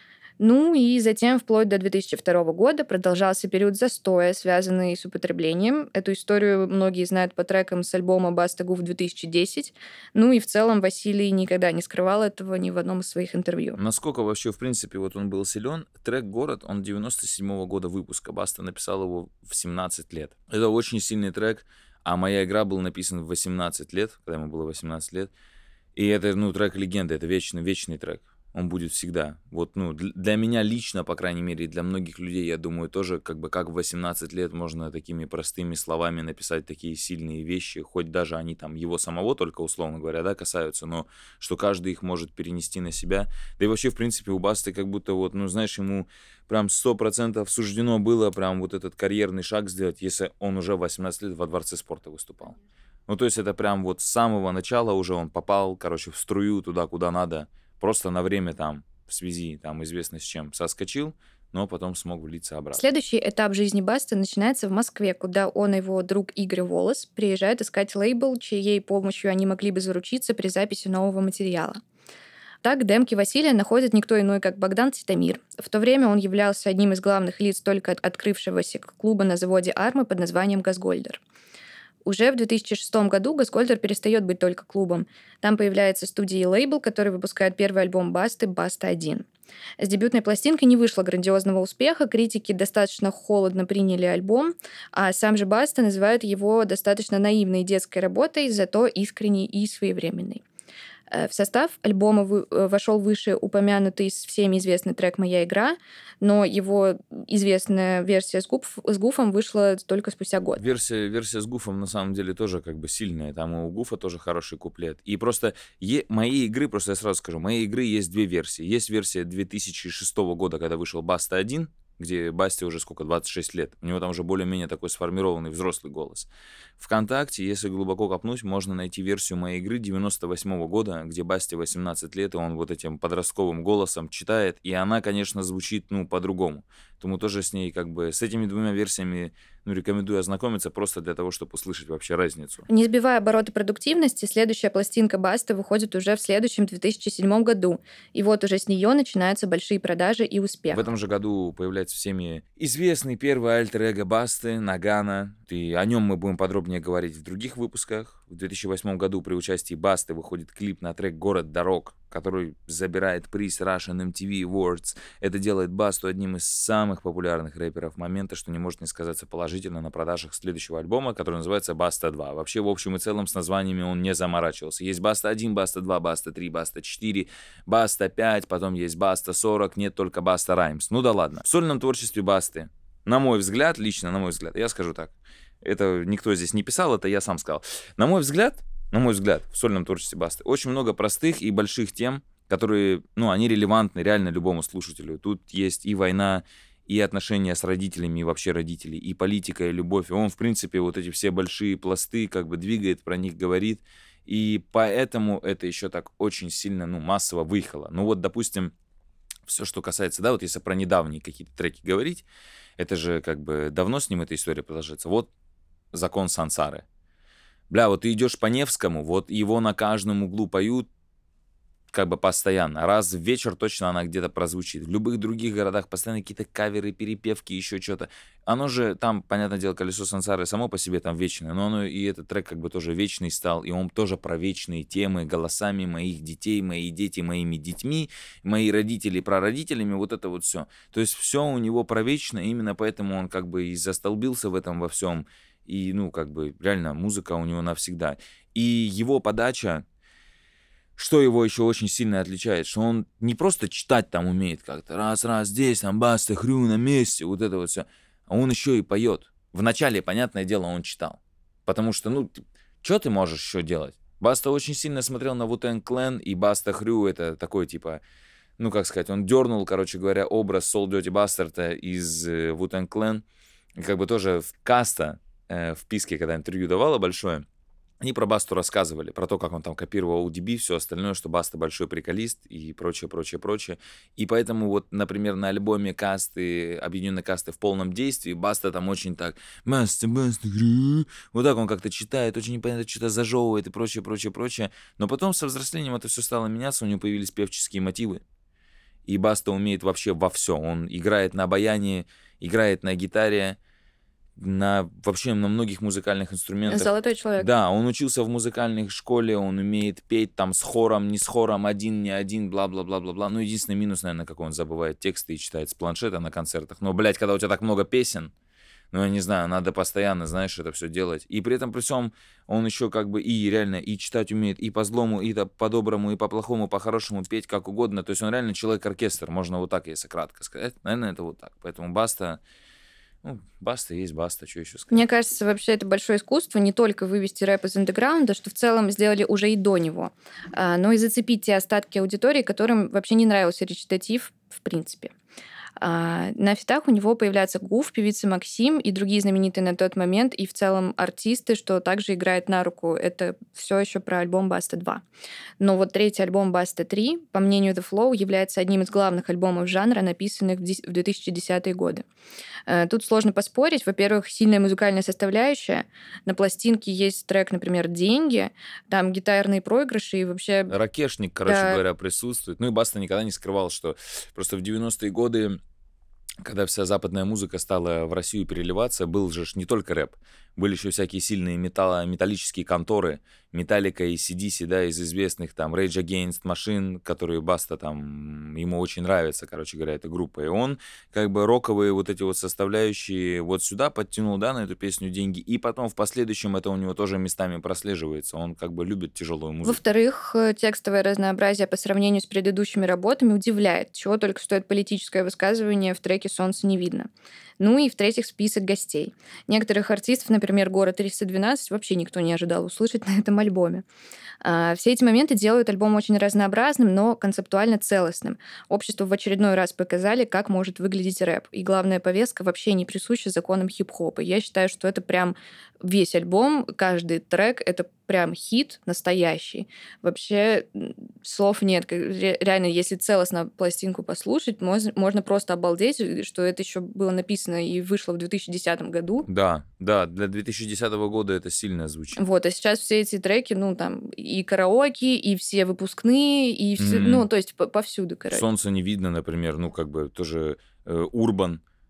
Ну и затем, вплоть до две тысячи второго года, продолжался период застоя, связанный с употреблением. Эту историю многие знают по трекам с альбома «Баста Гуф две тысячи десять». Ну и в целом Василий никогда не скрывал этого ни в одном из своих интервью. Насколько вообще, в принципе, вот он был силен, трек «Город», он девяносто седьмого года выпуска. Баста написал его в семнадцать лет. Это очень сильный трек, а «Моя игра» был написан в восемнадцать лет, когда ему было восемнадцать лет. И это, ну, трек легенды, это вечный, вечный трек. Он будет всегда. Вот, ну, для меня лично, по крайней мере, и для многих людей, я думаю, тоже, как бы, как в восемнадцать лет можно такими простыми словами написать такие сильные вещи, хоть даже они там его самого только, условно говоря, да, касаются, но что каждый их может перенести на себя. Да и вообще, в принципе, у Басты как будто вот, ну, знаешь, ему прям сто процентов суждено было прям вот этот карьерный шаг сделать, если он уже в восемнадцать лет во Дворце спорта выступал. Ну, то есть это прям вот с самого начала уже он попал, короче, в струю туда, куда надо. Просто на время там, в связи, там, известно с чем, соскочил, но потом смог влиться обратно. Следующий этап жизни Басты начинается в Москве, куда он и его друг Игорь Волос приезжают искать лейбл, чьей помощью они могли бы заручиться при записи нового материала. Так, демки Василия находит никто иной, как Богдан Титомир. В то время он являлся одним из главных лиц только открывшегося клуба на заводе «Армы» под названием «Газгольдер». Уже в две тысячи шестом году Газгольдер перестает быть только клубом. Там появляется студия и лейбл, который выпускает первый альбом Басты «Баста один». С дебютной пластинкой не вышло грандиозного успеха, критики достаточно холодно приняли альбом, а сам же Баста называет его достаточно наивной детской работой, зато искренней и своевременной. В состав альбома вошел вышеупомянутый всеми известный трек «Моя игра», но его известная версия с, гуф, с Гуфом вышла только спустя год. Версия, версия с Гуфом на самом деле тоже как бы сильная. Там у Гуфа тоже хороший куплет. И просто е- моей игры, просто я сразу скажу, моей игры есть две версии. Есть версия две тысячи шестого года, когда вышел Баста один, где Басте уже сколько, двадцать шесть лет. У него там уже более-менее такой сформированный взрослый голос. ВКонтакте, если глубоко копнуть, можно найти версию моей игры девяносто восьмого года, где Басте восемнадцать лет, и он вот этим подростковым голосом читает, и она, конечно, звучит, ну, по-другому. Поэтому тоже с ней, как бы, с этими двумя версиями, ну, рекомендую ознакомиться просто для того, чтобы услышать вообще разницу. Не сбивая обороты продуктивности, следующая пластинка Басты выходит уже в следующем две тысячи седьмом году, и вот уже с нее начинаются большие продажи и успех. В этом же году появляется всеми известный первый альтер-эго Басты, Нагано. И о нем мы будем подробнее говорить в других выпусках. В две тысячи восьмом году при участии Басты выходит клип на трек «Город дорог», который забирает приз Russian эм ти ви Awards. Это делает Басту одним из самых популярных рэперов момента, что не может не сказаться положительно на продажах следующего альбома, который называется «Баста два». Вообще, в общем и целом, с названиями он не заморачивался. Есть «Баста один», «Баста два», «Баста три», «Баста четыре», «Баста пять», потом есть «Баста сорок», нет только «Баста Раймс». Ну да ладно. В сольном творчестве Басты, на мой взгляд, лично на мой взгляд, я скажу так, это никто здесь не писал, это я сам сказал. На мой взгляд, на мой взгляд, в сольном творчестве Басты очень много простых и больших тем, которые, ну, они релевантны реально любому слушателю. Тут есть и война, и отношения с родителями, и вообще родителей, и политика, и любовь. И он, в принципе, вот эти все большие пласты как бы двигает, про них говорит. И поэтому это еще так очень сильно, ну, массово выехало. Ну вот, допустим, все, что касается, да, вот если про недавние какие-то треки говорить, это же как бы давно с ним эта история продолжается. Вот «Закон Сансары». Бля, вот ты идешь по Невскому, вот его на каждом углу поют как бы постоянно. Раз в вечер точно она где-то прозвучит. В любых других городах постоянно какие-то каверы, перепевки, еще что-то. Оно же там, понятное дело, «Колесо Сансары» само по себе там вечное, но оно и этот трек как бы тоже вечный стал, и он тоже про вечные темы, голосами моих детей, мои дети моими детьми, мои родители прародителями, вот это вот все. То есть все у него про вечное, именно поэтому он как бы и застолбился в этом во всем. И, ну, как бы, реально, музыка у него навсегда. И его подача, что его еще очень сильно отличает, что он не просто читать там умеет как-то, раз-раз здесь, там, Баста, хрю на месте, вот это вот все, а он еще и поет. Вначале, понятное дело, он читал. Потому что, ну, что ты можешь еще делать? Баста очень сильно смотрел на Wu-Tang Clan, и Баста Хрю это такой, типа, ну, как сказать, он дернул, короче говоря, образ Soul Dirty Bastard из э, Wu-Tang Clan, и как бы тоже в Каста, э, в Писке, когда интервью давала большое, они про Басту рассказывали, про то, как он там копировал о ди би, все остальное, что Баста большой приколист и прочее, прочее, прочее. И поэтому вот, например, на альбоме Касты, объединенной Касты в полном действии, Баста там очень так, Баста, Баста, вот так он как-то читает, очень непонятно, что-то зажевывает и прочее, прочее, прочее. Но потом со взрослением это все стало меняться, у него появились певческие мотивы. И Баста умеет вообще во все. Он играет на баяне, играет на гитаре, на вообще на многих музыкальных инструментах. Золотой человек. Да, он учился в музыкальной школе, он умеет петь там с хором, не с хором, один, не один, бла-бла-бла-бла-бла. Ну, единственный минус, наверное, как он забывает тексты и читает с планшета на концертах. Но, блядь, когда у тебя так много песен, ну, я не знаю, надо постоянно, знаешь, это все делать. И при этом, при всем, он еще как бы и реально и читать умеет, и по-злому, и по-доброму, и по-плохому, по-хорошему, петь как угодно. То есть он реально человек-оркестр, можно вот так, если кратко сказать. Наверное, это вот так. Поэтому Баста... Ну, Баста есть Баста, что еще сказать? Мне кажется, вообще это большое искусство не только вывести рэп из андеграунда, что в целом сделали уже и до него, но и зацепить те остатки аудитории, которым вообще не нравился речитатив в принципе. На фитах у него появляется Гуф, певица Максим и другие знаменитые на тот момент, и в целом артисты, что также играет на руку. Это все еще про альбом Баста два. Но вот третий альбом Баста три, по мнению The Flow, является одним из главных альбомов жанра, написанных в две тысячи десятые годы. Тут сложно поспорить. Во-первых, сильная музыкальная составляющая. На пластинке есть трек, например, «Деньги», там гитарные проигрыши и вообще... Ракешник, короче Да. говоря, присутствует. Ну и Баста никогда не скрывал, что просто в девяностые годы, когда вся западная музыка стала в Россию переливаться, был же ж не только рэп. Были еще всякие сильные металл, металлические конторы, Металлика и си ди си, да, из известных, там, Rage Against Machine, которые Баста там, ему очень нравится, короче говоря, эта группа. И он, как бы, роковые вот эти вот составляющие вот сюда подтянул, да, на эту песню деньги, и потом в последующем это у него тоже местами прослеживается. Он, как бы, любит тяжелую музыку. Во-вторых, текстовое разнообразие по сравнению с предыдущими работами удивляет, чего только стоит политическое высказывание в треке «Солнце не видно». Ну и, в-третьих, список гостей. Некоторых артистов, например, «Город триста двенадцать», вообще никто не ожидал услышать на этом альбоме. Все эти моменты делают альбом очень разнообразным, но концептуально целостным. Обществу в очередной раз показали, как может выглядеть рэп. И главная повестка вообще не присуща законам хип-хопа. Я считаю, что это прям весь альбом, каждый трек — это прям хит настоящий. Вообще слов нет. Реально, если целостно пластинку послушать, можно просто обалдеть, что это еще было написано и вышло в две тысячи десятом году. Да, да, для две тысячи десятого года это сильно звучит. Вот, а сейчас все эти треки, ну, там, и караоке, и все выпускные, и все, mm-hmm. ну, то есть повсюду, короче. «Солнце не видно», например, ну, как бы тоже э, Урбан,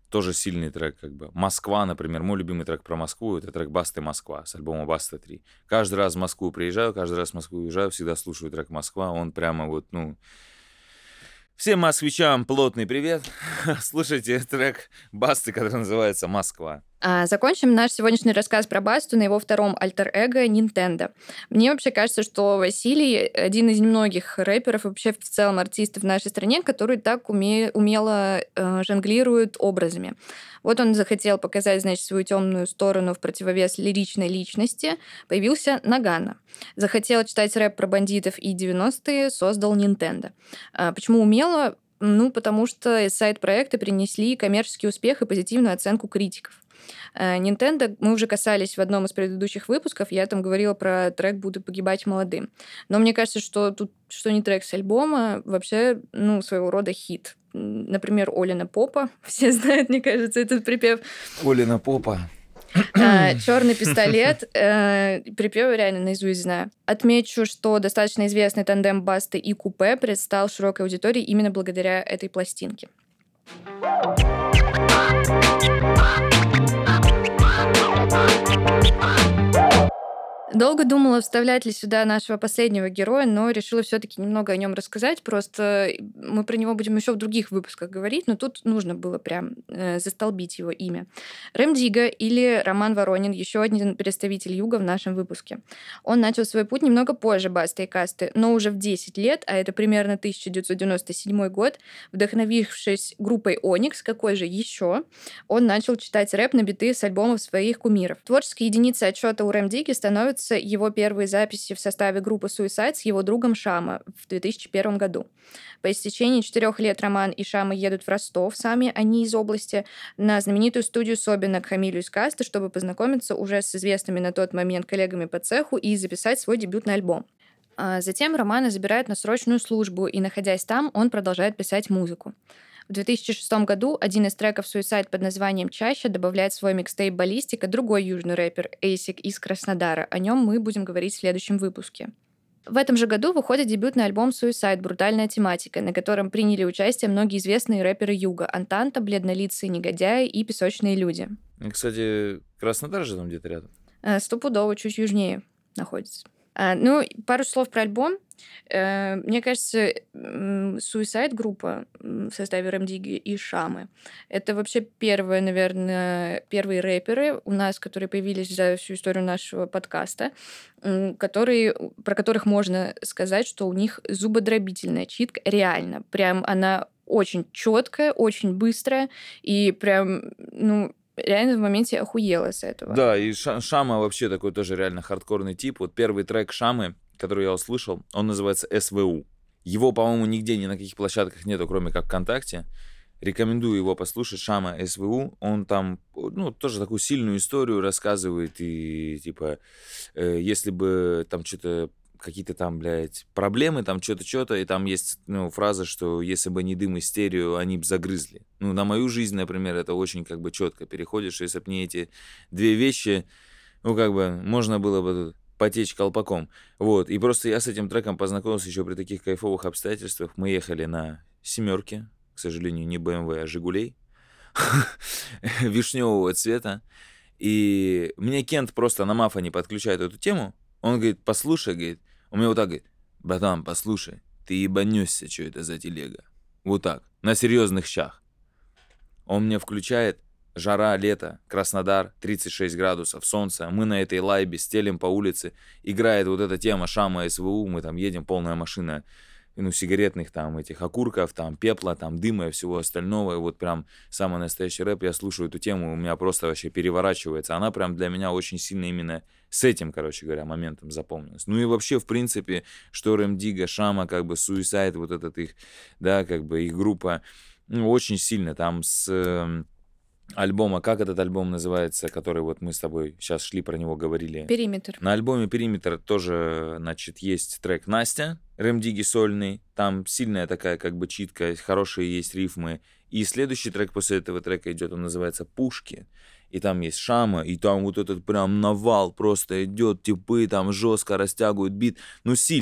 тоже сильный трек, как бы. «Москва», например, мой любимый трек про Москву, это трек «Басты Москва» с альбома «Баста три». Каждый раз в Москву приезжаю, каждый раз в Москву уезжаю, всегда слушаю трек «Москва», он прямо вот, ну... Всем москвичам плотный привет. Слушайте трек Басты, который называется «Москва». А закончим наш сегодняшний рассказ про Басту на его втором альтер-эго Nintendo. Мне вообще кажется, что Василий один из немногих рэперов и вообще в целом артистов в нашей стране, который так уме- умело э, жонглирует образами. Вот он захотел показать, значит, свою темную сторону в противовес лиричной личности. Появился Нагано. Захотел читать рэп про бандитов и девяностые, создал Nintendo. А почему умело? Ну, потому что сайт-проекты принесли коммерческий успех и позитивную оценку критиков. Nintendo мы уже касались в одном из предыдущих выпусков, я там говорила про трек «Буду погибать молодым». Но мне кажется, что тут, что не трек с альбома, вообще, ну, своего рода хит. Например, Олина Попа. Все знают, мне кажется, этот припев. Олина Попа. Черный пистолет. Припев реально наизусть знаю. Отмечу, что достаточно известный тандем Басты и Купе предстал широкой аудитории именно благодаря этой пластинке. Долго думала, вставлять ли сюда нашего последнего героя, но решила все-таки немного о нем рассказать. Просто мы про него будем еще в других выпусках говорить, но тут нужно было прям э, застолбить его имя. Рэм Дигга или Роман Воронин, еще один представитель Юга в нашем выпуске. Он начал свой путь немного позже Басты и Касты, но уже в десять лет, а это примерно тысяча девятьсот девяносто седьмой год, вдохновившись группой Оникс, какой же еще, он начал читать рэп на биты с альбомов своих кумиров. Творческой единицей отчета у Рэм Дигги становится его первые записи в составе группы Suicide с его другом Шама в две тысячи первом году. По истечении четырех лет Роман и Шама едут в Ростов, сами они из области, на знаменитую студию Собина к Хамилю из Касты, чтобы познакомиться уже с известными на тот момент коллегами по цеху и записать свой дебютный альбом. А затем Романа забирают на срочную службу, и, находясь там, он продолжает писать музыку. В две тысячи шестом году один из треков Suicide под названием «Чаще» добавляет в свой микстейп «Баллистика» другой южный рэпер Эйсик из Краснодара. О нем мы будем говорить в следующем выпуске. В этом же году выходит дебютный альбом Suicide «Брутальная тематика», на котором приняли участие многие известные рэперы Юга: Антанта, Бледнолицые негодяи и Песочные люди. И, кстати, Краснодар же там где-то рядом. Стопудово, чуть южнее находится. Ну, пару слов про альбом. Мне кажется, Suicide группа в составе Рэм Дигги и Шамы — это вообще первые, наверное, первые рэперы у нас, которые появились за всю историю нашего подкаста, которые, про которых можно сказать, что у них зубодробительная читка, реально. Прям она очень четкая, очень быстрая, и прям, ну, реально в моменте охуела с этого. Да, и Шама вообще такой тоже реально хардкорный тип. Вот первый трек Шамы, который я услышал, он называется эс вэ у. Его, по-моему, нигде, ни на каких площадках нету, кроме как ВКонтакте. Рекомендую его послушать, Шама эс вэ у. Он там, ну, тоже такую сильную историю рассказывает. И, типа, э, если бы там что-то, какие-то там, блядь, проблемы, там что-то, что-то, и там есть, ну, фраза, что если бы не дым и стерео, они бы загрызли. Ну, на мою жизнь, например, это очень, как бы, четко переходит, что если бы не эти две вещи, ну, как бы, можно было бы потечь колпаком. Вот, и просто я с этим треком познакомился еще при таких кайфовых обстоятельствах. Мы ехали на семерке, к сожалению, не бэ эм вэ, а Жигулей, вишневого цвета, и мне Кент просто на мафоне подключает эту тему. Он говорит: послушай, говорит, у меня вот так говорит: братан, послушай, ты ебанешься, что это за телега. Вот так, на серьезных щах. Он мне включает, жара, лето, Краснодар, тридцать шесть градусов, солнце, мы на этой лайбе стелим по улице, играет вот эта тема Шама эс вэ у, мы там едем, полная машина, ну, сигаретных там этих окурков, там пепла, там дыма и всего остального, и вот прям самый настоящий рэп, я слушаю эту тему, у меня просто вообще переворачивается, она прям для меня очень сильно именно с этим, короче говоря, моментом запомнилась. Ну и вообще, в принципе, что Рэм Дигга, Шама, как бы Suicide, вот этот их, да, как бы их группа, ну, очень сильно там с э, альбома, как этот альбом называется, который вот мы с тобой сейчас шли, про него говорили. Периметр. На альбоме Периметр тоже, значит, есть трек Настя, Рэм Дигги сольный, там сильная такая как бы читка, хорошие есть рифмы. И следующий трек после этого трека идет, он называется «Пушки». И там есть Шама, и там вот этот прям навал просто идет, типы там жестко растягивают бит. Ну, сильно,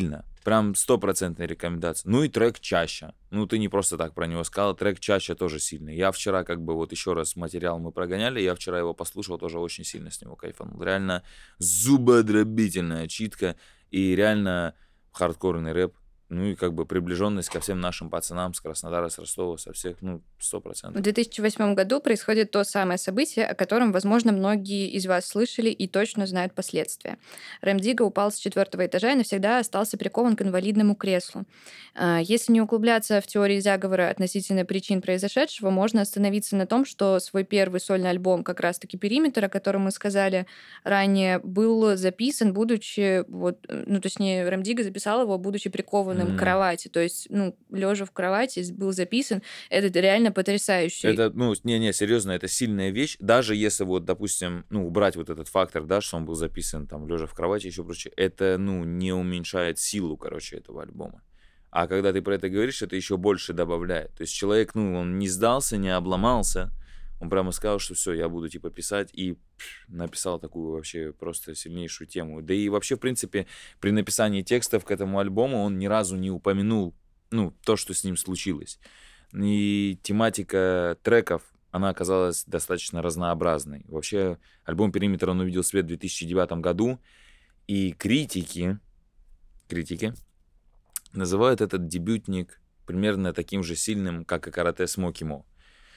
Прям стопроцентная рекомендация. Ну и трек «Чаще». Ну ты не просто так про него сказал, трек «Чаще» тоже сильный. Я вчера как бы вот еще раз материал мы прогоняли, я вчера его послушал, тоже очень сильно с него кайфанул. Реально зубодробительная читка и реально хардкорный рэп. Ну и как бы приближенность ко всем нашим пацанам с Краснодара, с Ростова, со всех, ну, сто процентов. В две тысячи восьмом году происходит то самое событие, о котором, возможно, многие из вас слышали и точно знают последствия. Рем Дигга упал с четвертого этажа и навсегда остался прикован к инвалидному креслу. А, Если не углубляться в теории заговора относительно причин произошедшего, можно остановиться на том, что свой первый сольный альбом, как раз-таки «Периметр», о котором мы сказали ранее, был записан, будучи, вот, ну, точнее, Рем Дигга записал его, будучи прикован к кровати. То есть, ну, лежа в кровати был записан. Это реально потрясающе. Это, ну, не-не, серьезно, это сильная вещь. Даже если вот, допустим, ну, убрать вот этот фактор, да, что он был записан там лежа в кровати и еще прочее, это, ну, не уменьшает силу, короче, этого альбома. А когда ты про это говоришь, это еще больше добавляет. То есть человек, ну, он не сдался, не обломался, он прямо сказал, что все, я буду типа писать, и пш, написал такую вообще просто сильнейшую тему. Да и вообще, в принципе, при написании текстов к этому альбому он ни разу не упомянул, ну, то, что с ним случилось. И тематика треков, она оказалась достаточно разнообразной. Вообще, альбом «Периметр» он увидел свет в две тысячи девятом году, и критики, критики называют этот дебютник примерно таким же сильным, как и «Карате Смоки Мо».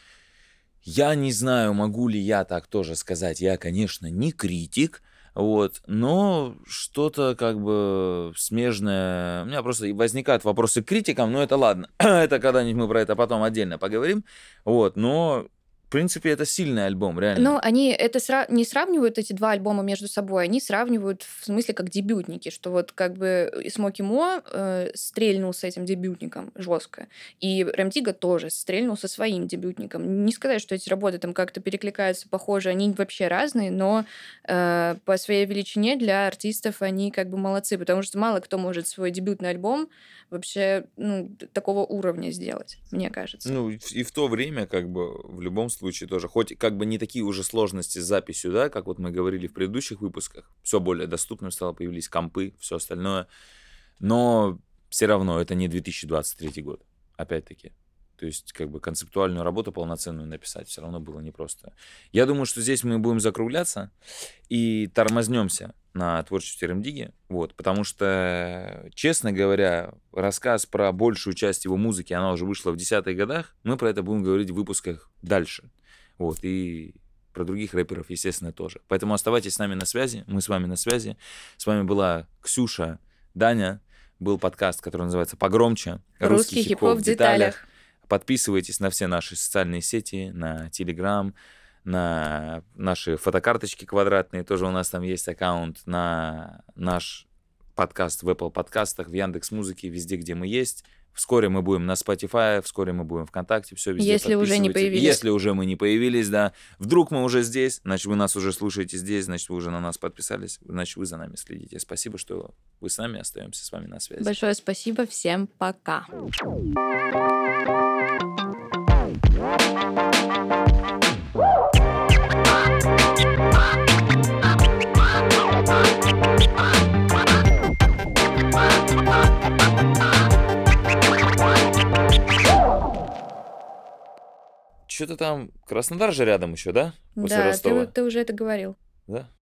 Я не знаю, могу ли я так тоже сказать. Я, конечно, не критик, вот, но что-то как бы смежное. У меня просто возникают вопросы к критикам, но это ладно. Это когда-нибудь мы про это потом отдельно поговорим. Вот, но в принципе это сильный альбом, реально. Но они это сра- не сравнивают эти два альбома между собой, они сравнивают в смысле как дебютники, что вот как бы Смоки Мо э, стрельнул с этим дебютником жестко, и Рем Дигга тоже стрельнул со своим дебютником. Не сказать, что эти работы там как-то перекликаются, похожи, они вообще разные, но э, по своей величине для артистов они как бы молодцы, потому что мало кто может свой дебютный альбом вообще ну, такого уровня сделать, мне кажется. Ну, и в то время, как бы, в любом случае тоже, хоть как бы не такие уже сложности с записью, да, как вот мы говорили в предыдущих выпусках, все более доступным стало, появились компы, все остальное, но все равно это не две тысячи двадцать третий год, опять-таки. То есть, как бы, концептуальную работу полноценную написать все равно было непросто. Я думаю, что здесь мы будем закругляться и тормознемся на творчестве Рем Дигги, вот, потому что, честно говоря, рассказ про большую часть его музыки, она уже вышла в десятых годах, мы про это будем говорить в выпусках дальше, вот, и про других рэперов, естественно, тоже. Поэтому оставайтесь с нами на связи, мы с вами на связи. С вами была Ксюша, Даня, был подкаст, который называется «Погромче». Русский хип-хоп в деталях. Подписывайтесь на все наши социальные сети, на Telegram, на наши фотокарточки квадратные, тоже у нас там есть аккаунт, на наш подкаст в Apple подкастах, в Яндекс.Музыке, везде, где мы есть. Вскоре мы будем на Spotify, вскоре мы будем ВКонтакте, все везде. Если уже не появились. Если уже мы не появились, да. Вдруг мы уже здесь, значит, вы нас уже слушаете здесь, значит, вы уже на нас подписались, значит, вы за нами следите. Спасибо, что вы с нами, остаемся с вами на связи. Большое спасибо, всем пока. Что-то там, Краснодар же рядом еще, да? После Да, Ростова. ты, ты уже это говорил. Да?